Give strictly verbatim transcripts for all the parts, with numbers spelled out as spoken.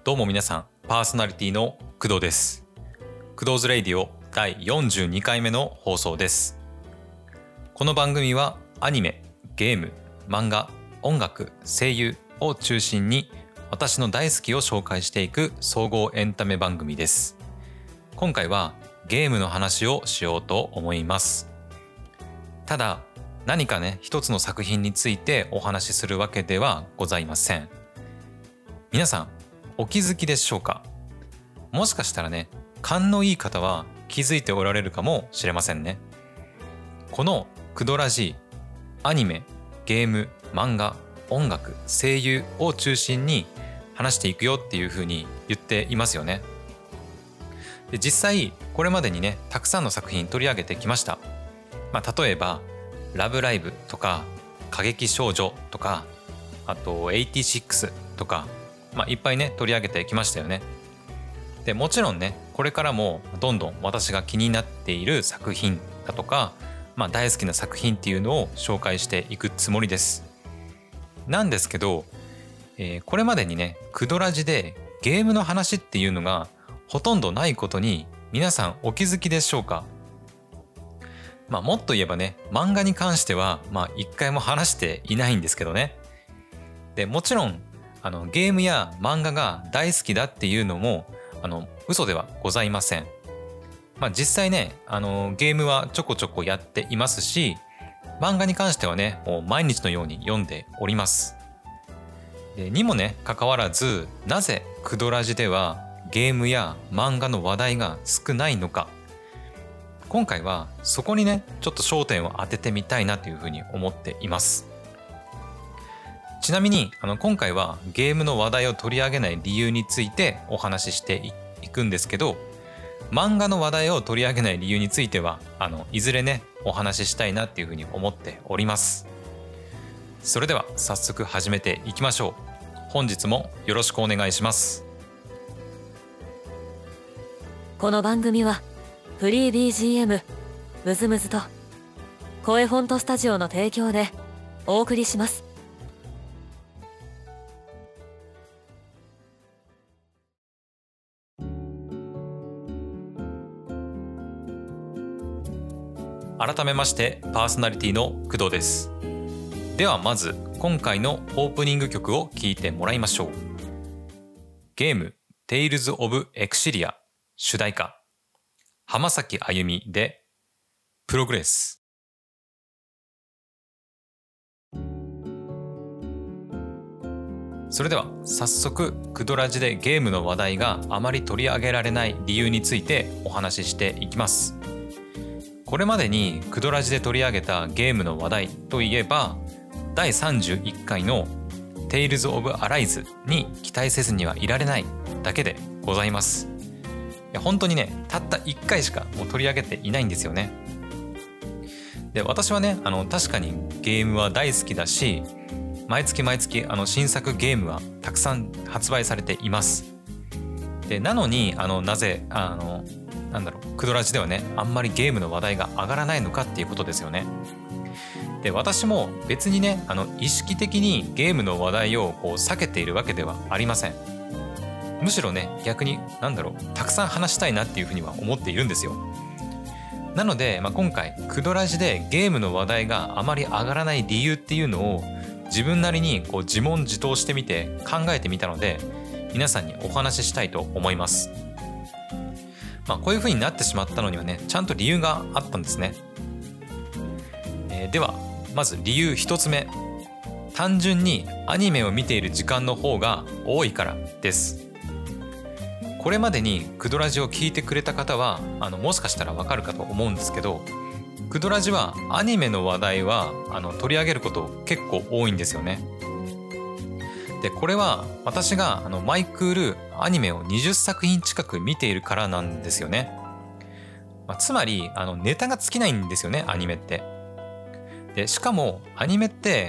どうも皆さん、パーソナリティの工藤です。工藤ズレイディオだいよんじゅうにかいめの放送です。この番組はアニメ、ゲーム、漫画、音楽、声優を中心に私の大好きを紹介していく総合エンタメ番組です。今回はゲームの話をしようと思います。ただ何かね一つの作品についてお話しするわけではございません。皆さんお気づきでしょうか？もしかしたらね勘のいい方は気づいておられるかもしれませんね。このクドラジアニメ、ゲーム、漫画、音楽、声優を中心に話していくよっていう風に言っていますよね。で実際これまでにねたくさんの作品取り上げてきました。まあ、例えばラブライブとか過激少女とかあとエイティシックスとか、まあ、いっぱいね取り上げてきましたよね。でもちろんねこれからもどんどん私が気になっている作品だとか、まあ、大好きな作品っていうのを紹介していくつもりです。なんですけど、えー、これまでにねクドラジでゲームの話っていうのがほとんどないことに皆さんお気づきでしょうか？まあもっと言えばね漫画に関してはまあ一回も話していないんですけどね。でもちろんあのゲームや漫画が大好きだっていうのもあの嘘ではございません。まあ実際ねあのゲームはちょこちょこやっていますし、漫画に関してはねもう毎日のように読んでおります。でにもねかかわらずなぜクドラジではゲームや漫画の話題が少ないのか、今回はそこにねちょっと焦点を当ててみたいなというふうに思っています。ちなみにあの今回はゲームの話題を取り上げない理由についてお話ししていくんですけど、漫画の話題を取り上げない理由についてはあのいずれねお話ししたいなっていうふうに思っております。それでは早速始めていきましょう。本日もよろしくお願いします。 この番組はフリー ビージーエム ムズムズと声フォントスタジオの提供でお送りします。 改めましてパーソナリティの工藤です。ではまず今回のオープニング曲を聴いてもらいましょう。ゲーム Tales of Exillia 主題歌浜崎あゆみでプログレス。それでは早速クドラジでゲームの話題があまり取り上げられない理由についてお話ししていきます。これまでにクドラジで取り上げたゲームの話題といえばだいさんじゅういっかいの Tales of Arise に期待せずにはいられないだけでございます。いや本当にねたったいっかいしかもう取り上げていないんですよね。で私はねあの確かにゲームは大好きだし、毎月毎月あの新作ゲームはたくさん発売されています。でなのにあのなぜあのなんだろうクドラジではねあんまりゲームの話題が上がらないのかっていうことですよね。で私も別にねあの意識的にゲームの話題をこう避けているわけではありません。むしろね逆になんだろうたくさん話したいなっていうふうには思っているんですよ。なので、まあ、今回クドラジでゲームの話題があまり上がらない理由っていうのを自分なりにこう自問自答してみて考えてみたので皆さんにお話ししたいと思います。まあ、こういう風になってしまったのにはねちゃんと理由があったんですね。えー、ではまず理由一つ目、単純にアニメを見ている時間の方が多いからです。これまでにクドラジを聞いてくれた方はあのもしかしたらわかるかと思うんですけど、クドラジはアニメの話題はあの取り上げること結構多いんですよね。でこれは私があのマイクールアニメをにじゅっさくひん近く見ているからなんですよね。まあ、つまりあのネタが尽きないんですよねアニメって。でしかもアニメって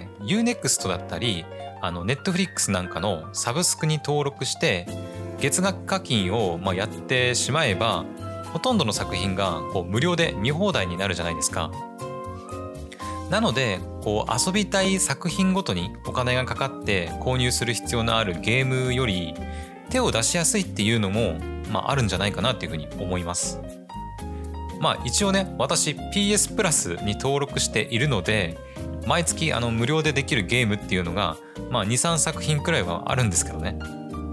ユーネクスト だったりあの ネットフリックス なんかのサブスクに登録して月額課金をまあやってしまえばほとんどの作品がこう無料で見放題になるじゃないですか。なのでこう遊びたい作品ごとにお金がかかって購入する必要のあるゲームより手を出しやすいっていうのも、まあ、あるんじゃないかなっていうふうに思います。まあ一応ね、私 ピーエス プラスに登録しているので、毎月あの無料でできるゲームっていうのが、まあ、にさんさく品くらいはあるんですけどね。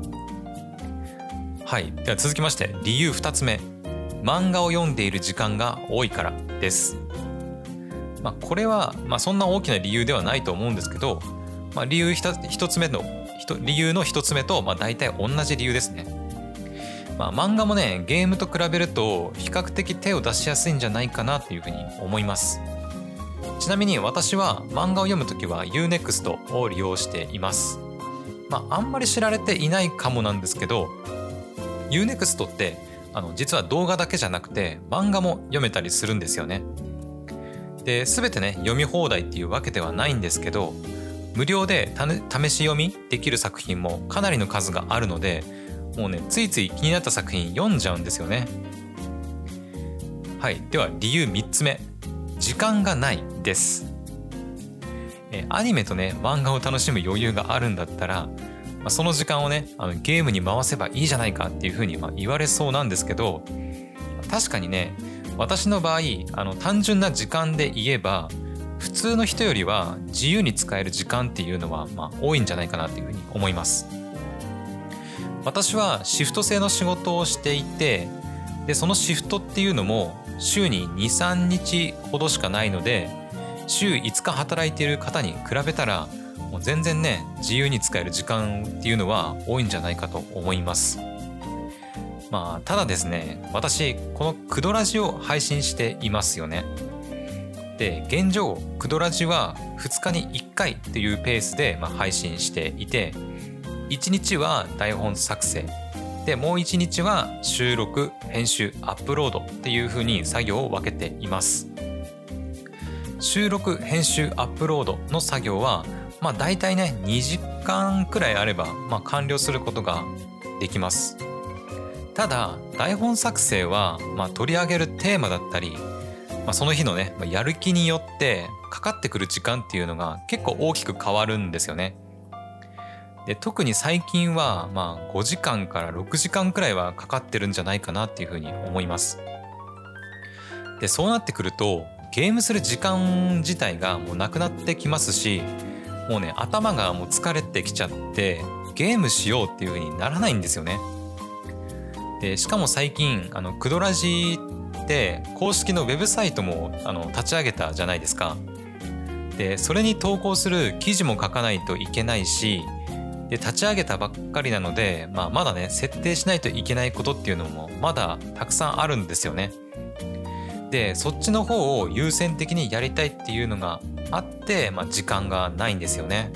はい、では続きまして理由ふたつめ、漫画を読んでいる時間が多いからです。まあ、これは、まあ、そんな大きな理由ではないと思うんですけど、まあ、理由ひとつめの理由のひとつめと、まあ、大体同じ理由ですね。まあ、漫画もね、ゲームと比べると比較的手を出しやすいんじゃないかなというふうに思います。ちなみに私は漫画を読むときは ユーネクスト を利用しています。まあ、あんまり知られていないかもなんですけど、 ユーネクスト ってあの実は動画だけじゃなくて漫画も読めたりするんですよね。で、全てね読み放題っていうわけではないんですけど、無料で試し読みできる作品もかなりの数があるので、もうねついつい気になった作品読んじゃうんですよね。はい、では理由みっつめ、時間がないです。えアニメとね漫画を楽しむ余裕があるんだったら、まあ、その時間をねあのゲームに回せばいいじゃないかっていうふうにまあ言われそうなんですけど、確かにね私の場合あの単純な時間で言えば普通の人よりは自由に使える時間っていうのはまあ多いんじゃないかなっていうふうに思います。私はシフト制の仕事をしていて、でそのシフトっていうのも週に にさんにちほどしかないので、週いつか働いている方に比べたらもう全然ね自由に使える時間っていうのは多いんじゃないかと思います。まあただですね、私このクドラジを配信していますよね。で現状クドラジはふつかにいっかいっていうペースでまあ配信していて、いちにちは台本作成で、もういちにちは収録、編集、アップロードっていう風に作業を分けています。収録、編集、アップロードの作業はまあ大体ねにじかんくらいあればまあ完了することができます。ただ台本作成はまあ取り上げるテーマだったり、まあ、その日のねやる気によってかかってくる時間っていうのが結構大きく変わるんですよね。で特に最近はまあごじかんからろくじかんくらいはかかってるんじゃないかなっていうふうに思います。でそうなってくるとゲームする時間自体がもうなくなってきますし、もうね頭がもう疲れてきちゃってゲームしようっていうふうにならないんですよね。でしかも最近あのクドラジって公式のウェブサイトもあの立ち上げたじゃないですか。でそれに投稿する記事も書かないといけないし、で立ち上げたばっかりなので、まあ、まだね設定しないといけないことっていうのもまだたくさんあるんですよね。でそっちの方を優先的にやりたいっていうのがあって、まあ、時間がないんですよね。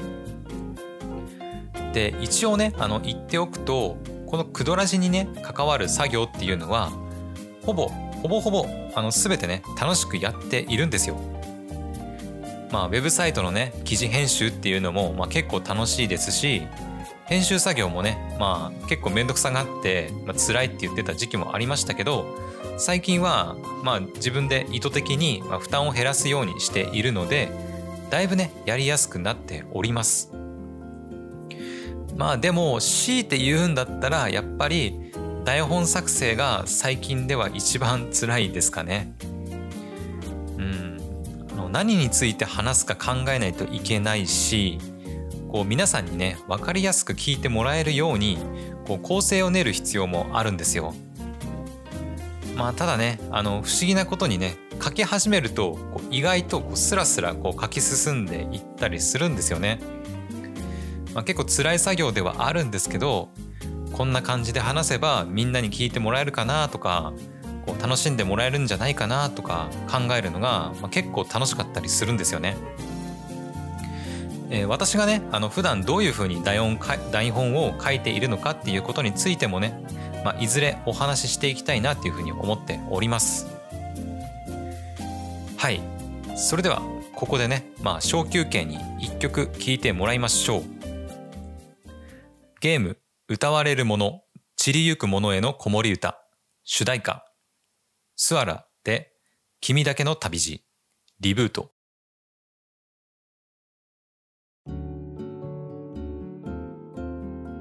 で一応ねあの言っておくと、このクドラジにね関わる作業っていうのはほぼほぼほぼあの全てね楽しくやっているんですよ。まあウェブサイトのね記事編集っていうのも、まあ、結構楽しいですし、編集作業もねまあ結構めんどくさがって、まあ、辛いって言ってた時期もありましたけど、最近はまあ自分で意図的にまあ負担を減らすようにしているので、だいぶねやりやすくなっております。まあでも強いて言うんだったらやっぱり台本作成が最近では一番辛いですかね。うんあの何について話すか考えないといけないし、こう皆さんにね分かりやすく聞いてもらえるようにこう構成を練る必要もあるんですよ。まあただねあの不思議なことにね書き始めるとこう意外とこうスラスラこう書き進んでいったりするんですよね。まあ、結構辛い作業ではあるんですけど、こんな感じで話せばみんなに聞いてもらえるかなとか、こう楽しんでもらえるんじゃないかなとか考えるのが、まあ、結構楽しかったりするんですよね。えー、私がねあの普段どういうふうに台本か台本を書いているのかっていうことについてもね、まあ、いずれお話ししていきたいなっていうふうに思っております。はい、それではここでね、まあ、小休憩にいっきょく聴いてもらいましょう。ゲーム歌われるもの散りゆくものへの子守歌、主題歌スアラで君だけの旅路リブート。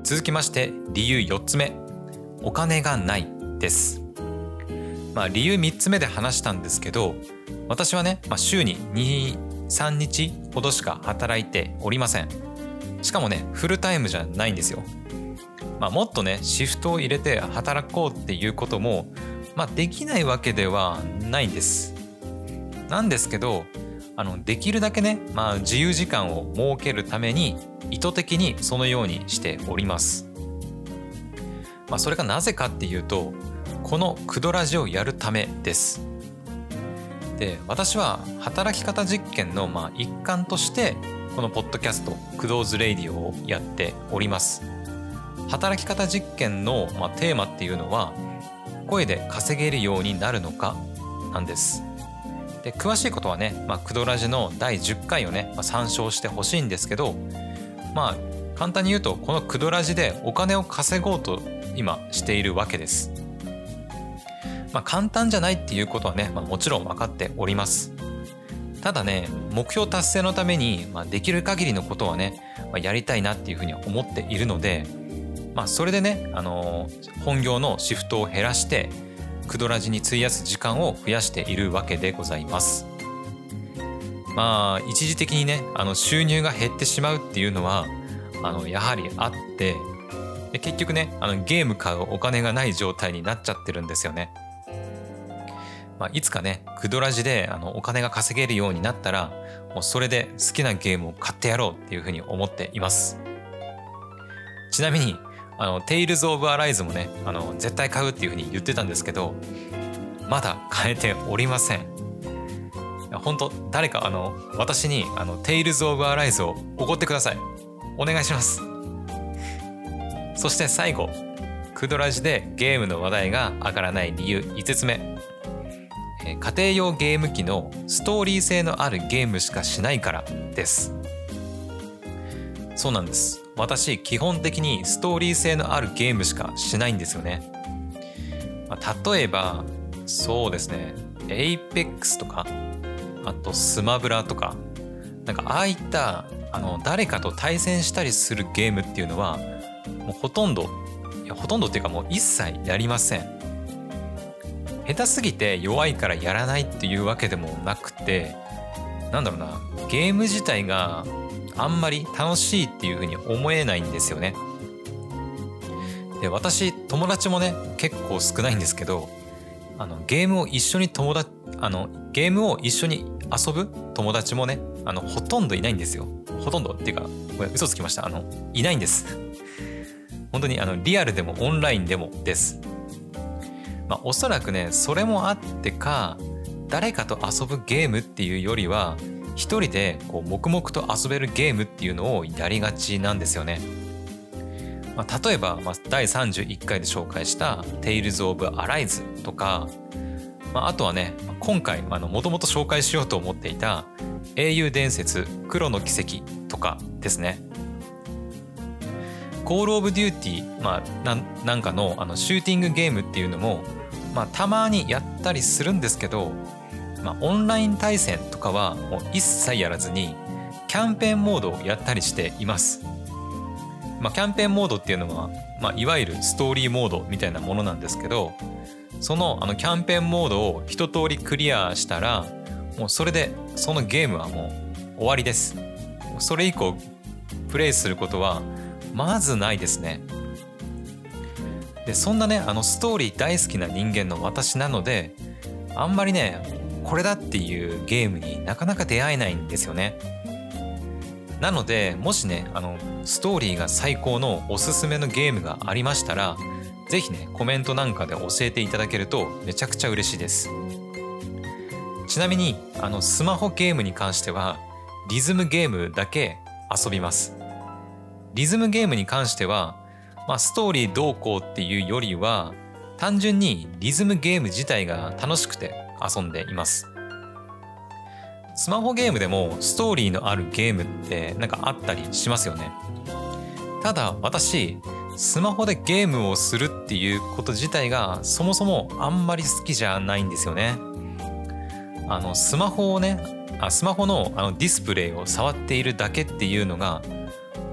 続きまして理由よっつめ、お金がないです。まあ理由みっつめで話したんですけど、私はね、まあ、週にに、さんにちほどしか働いておりません。しかもねフルタイムじゃないんですよ。まあ、もっとねシフトを入れて働こうっていうことも、まあ、できないわけではないんです。なんですけど、あのできるだけね、まあ、自由時間を設けるために意図的にそのようにしております。まあ、それがなぜかっていうと、このクドラジをやるためです。で、私は働き方実験のまあ一環としてこのポッドキャストクドーズレイディオをやっております。働き方実験のまあテーマっていうのは、声で稼げるようになるのかなんです。で、詳しいことはね、まあ、クドラジのだいじゅっかいをね、まあ、参照してほしいんですけど、まあ簡単に言うと、このクドラジでお金を稼ごうと今しているわけです。まあ、簡単じゃないっていうことはね、まあ、もちろん分かっております。ただね、目標達成のために、まあ、できる限りのことはね、まあ、やりたいなっていうふうに思っているので、まあ、それでね、あのー、本業のシフトを減らしてクドラジに費やす時間を増やしているわけでございます。まあ一時的にね、あの収入が減ってしまうっていうのはあのやはりあって、で結局ね、あのゲーム買うお金がない状態になっちゃってるんですよね。まあ、いつかねクドラジであのお金が稼げるようになったら、もうそれで好きなゲームを買ってやろうっていうふうに思っています。ちなみにあのテイルズ・オブ・アライズもね、あの絶対買うっていうふうに言ってたんですけど、まだ買えておりません。本当誰かあの私にあのテイルズ・オブ・アライズをおごってください。お願いします。そして最後、クドラジでゲームの話題が上がらない理由いつつめ、家庭用ゲーム機のストーリー性のあるゲームしかしないからです。そうなんです。私基本的にストーリー性のあるゲームしかしないんですよね。まあ、例えばそうですね、エイペックスとか、あとスマブラとか、なんかああいったあの誰かと対戦したりするゲームっていうのはもうほとんどいやほとんどっていうかもう一切やりません。下手すぎて弱いからやらないっていうわけでもなくて、なんだろうな、ゲーム自体があんまり楽しいっていう風に思えないんですよね。で、私友達もね結構少ないんですけど、あのゲームを一緒に友達あのゲームを一緒に遊ぶ友達もね、あのほとんどいないんですよ。ほとんどっていうか、ごめん、嘘つきました。あのいないんです。本当にあのリアルでもオンラインでもです。まあ、おそらくねそれもあってか、誰かと遊ぶゲームっていうよりは一人でこう黙々と遊べるゲームっていうのをやりがちなんですよね。まあ、例えば、まあ、だいさんじゅういっかいで紹介した「Tales of Arise」とか、まあ、あとはね今回もともと紹介しようと思っていた「英雄伝説黒の奇跡」とかですね。コールオブデューティー、まあ、な, なんか の, あのシューティングゲームっていうのも、まあ、たまにやったりするんですけど、まあ、オンライン対戦とかはもう一切やらずにキャンペーンモードをやったりしています。まあ、キャンペーンモードっていうのは、まあ、いわゆるストーリーモードみたいなものなんですけど、その、あのキャンペーンモードを一通りクリアしたら、もうそれでそのゲームはもう終わりです。それ以降プレイすることはまずないですね。で、そんなねあのストーリー大好きな人間の私なので、あんまりねこれだっていうゲームになかなか出会えないんですよね。なのでもしねあのストーリーが最高のおすすめのゲームがありましたら、ぜひねコメントなんかで教えていただけるとめちゃくちゃ嬉しいです。ちなみにあのスマホゲームに関してはリズムゲームだけ遊びます。リズムゲームに関しては、まあ、ストーリーどうこうっていうよりは単純にリズムゲーム自体が楽しくて遊んでいます。スマホゲームでもストーリーのあるゲームってなんかあったりしますよね。ただ私スマホでゲームをするっていうこと自体がそもそもあんまり好きじゃないんですよね。あのスマホをねあスマホのあのディスプレイを触っているだけっていうのが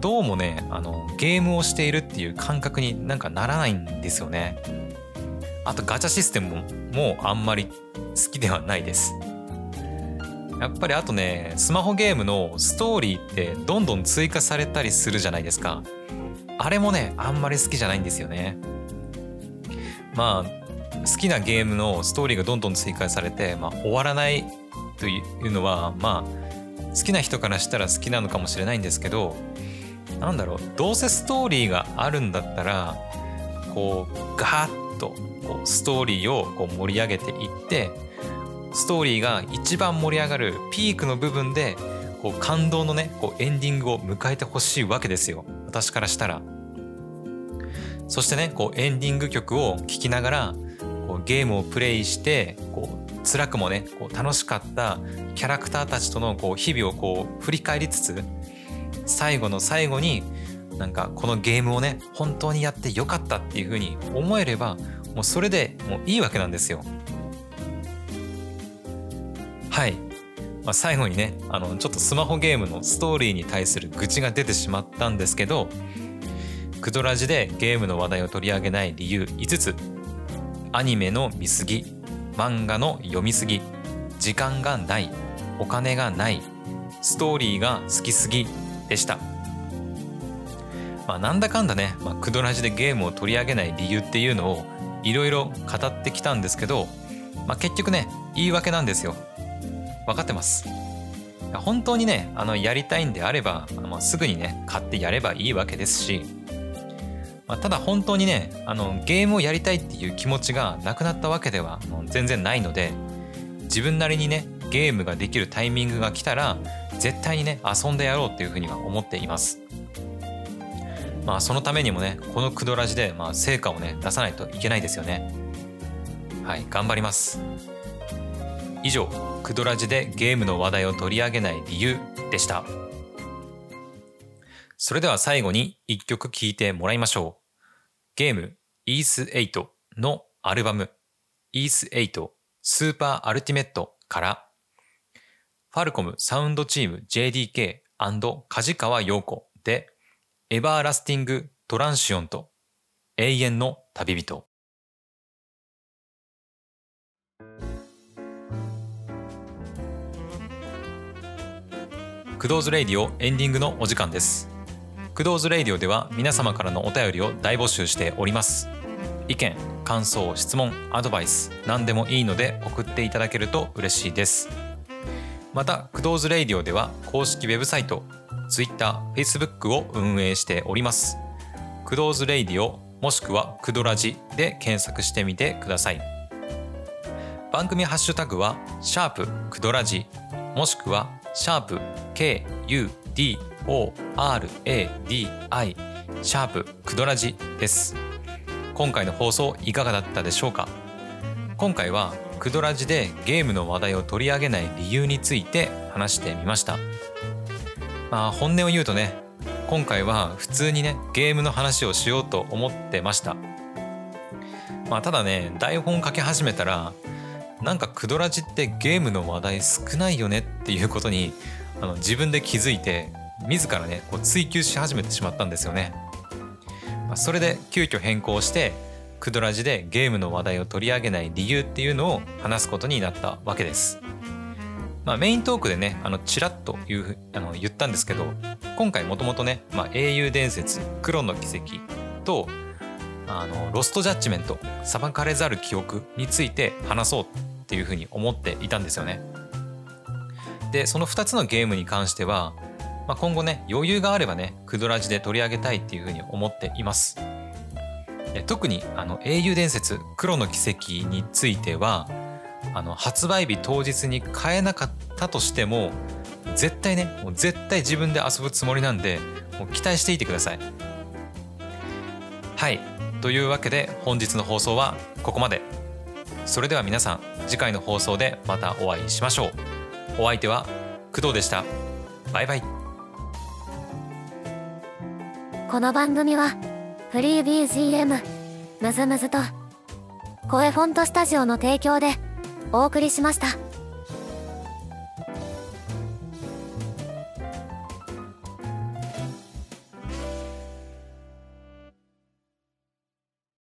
どうもねあのゲームをしているっていう感覚になんかならないんですよね。あとガチャシステムももうあんまり好きではないです。やっぱりあとねスマホゲームのストーリーってどんどん追加されたりするじゃないですか。あれもねあんまり好きじゃないんですよね。まあ好きなゲームのストーリーがどんどん追加されて、まあ、終わらないというのはまあ好きな人からしたら好きなのかもしれないんですけど、なんだろう、どうせストーリーがあるんだったらこうガーッとこうストーリーをこう盛り上げていって、ストーリーが一番盛り上がるピークの部分でこう感動のねこうエンディングを迎えてほしいわけですよ、私からしたら。そしてねこうエンディング曲を聴きながらこうゲームをプレイしてこう辛くもねこう楽しかったキャラクターたちとのこう日々をこう振り返りつつ、最後の最後になんかこのゲームをね本当にやってよかったっていう風に思えればもうそれでもういいわけなんですよ。はい、まあ、最後にねあのちょっとスマホゲームのストーリーに対する愚痴が出てしまったんですけど、クドラジでゲームの話題を取り上げない理由いつつ、アニメの見過ぎ、漫画の読み過ぎ、時間がない、お金がない、ストーリーが好きすぎでした。まあ、なんだかんだね、まあ、クドラジでゲームを取り上げない理由っていうのをいろいろ語ってきたんですけど、まあ、結局ね言い訳なんですよ。分かってます。本当にねあのやりたいんであれば、まあ、すぐにね買ってやればいいわけですし、まあ、ただ本当にねあのゲームをやりたいっていう気持ちがなくなったわけでは全然ないので、自分なりにねゲームができるタイミングが来たら絶対にね遊んでやろうっていうふうには思っています。まあそのためにもねこのクドラジでまあ成果をね出さないといけないですよね。はい、頑張ります。以上、クドラジでゲームの話題を取り上げない理由でした。それでは最後に一曲聴いてもらいましょう。ゲームイースエイトのアルバムイースエイトスーパーアルティメットからファルコムサウンドチーム ジェーディーケー& 梶川陽子でエバーラスティングトランシオンと永遠の旅人。クドーズレイディオエンディングのお時間です。クドーズレイディオでは皆様からのお便りを大募集しております。意見、感想、質問、アドバイス何でもいいので送っていただけると嬉しいです。またクドーズレイディオでは公式ウェブサイト、Twitter、Facebook を運営しております。クドーズレイディオもしくはクドラジで検索してみてください。番組ハッシュタグはシャープクドラジもしくはシャープ ケーユーディーオーアールエーディーアイ シャープクドラジです。今回の放送いかがだったでしょうか。今回はクドラジでゲームの話題を取り上げない理由について話してみました。まあ本音を言うとね、今回は普通にねゲームの話をしようと思ってました。まあただね台本書き始めたらなんかクドラジってゲームの話題少ないよねっていうことにあの自分で気づいて自らねこう追求し始めてしまったんですよね。まあ、それで急遽変更してクドラジでゲームの話題を取り上げない理由っていうのを話すことになったわけです。まあ、メイントークでねあのチラッと言うあの言ったんですけど、今回もともとね、まあ、英雄伝説黒の奇跡とあのロストジャッジメント裁かれざる記憶について話そうっていうふうに思っていたんですよね。でそのふたつのゲームに関しては、まあ、今後ね余裕があればねクドラジで取り上げたいっていうふうに思っています。特にあの英雄伝説黒の奇跡についてはあの発売日当日に買えなかったとしても絶対ねもう絶対自分で遊ぶつもりなんでもう期待していてください。はい、というわけで本日の放送はここまで。それでは皆さん次回の放送でまたお会いしましょう。お相手は工藤でした。バイバイ。 この番組はフリー ビージーエム むずむずと声フォントスタジオの提供でお送りしました。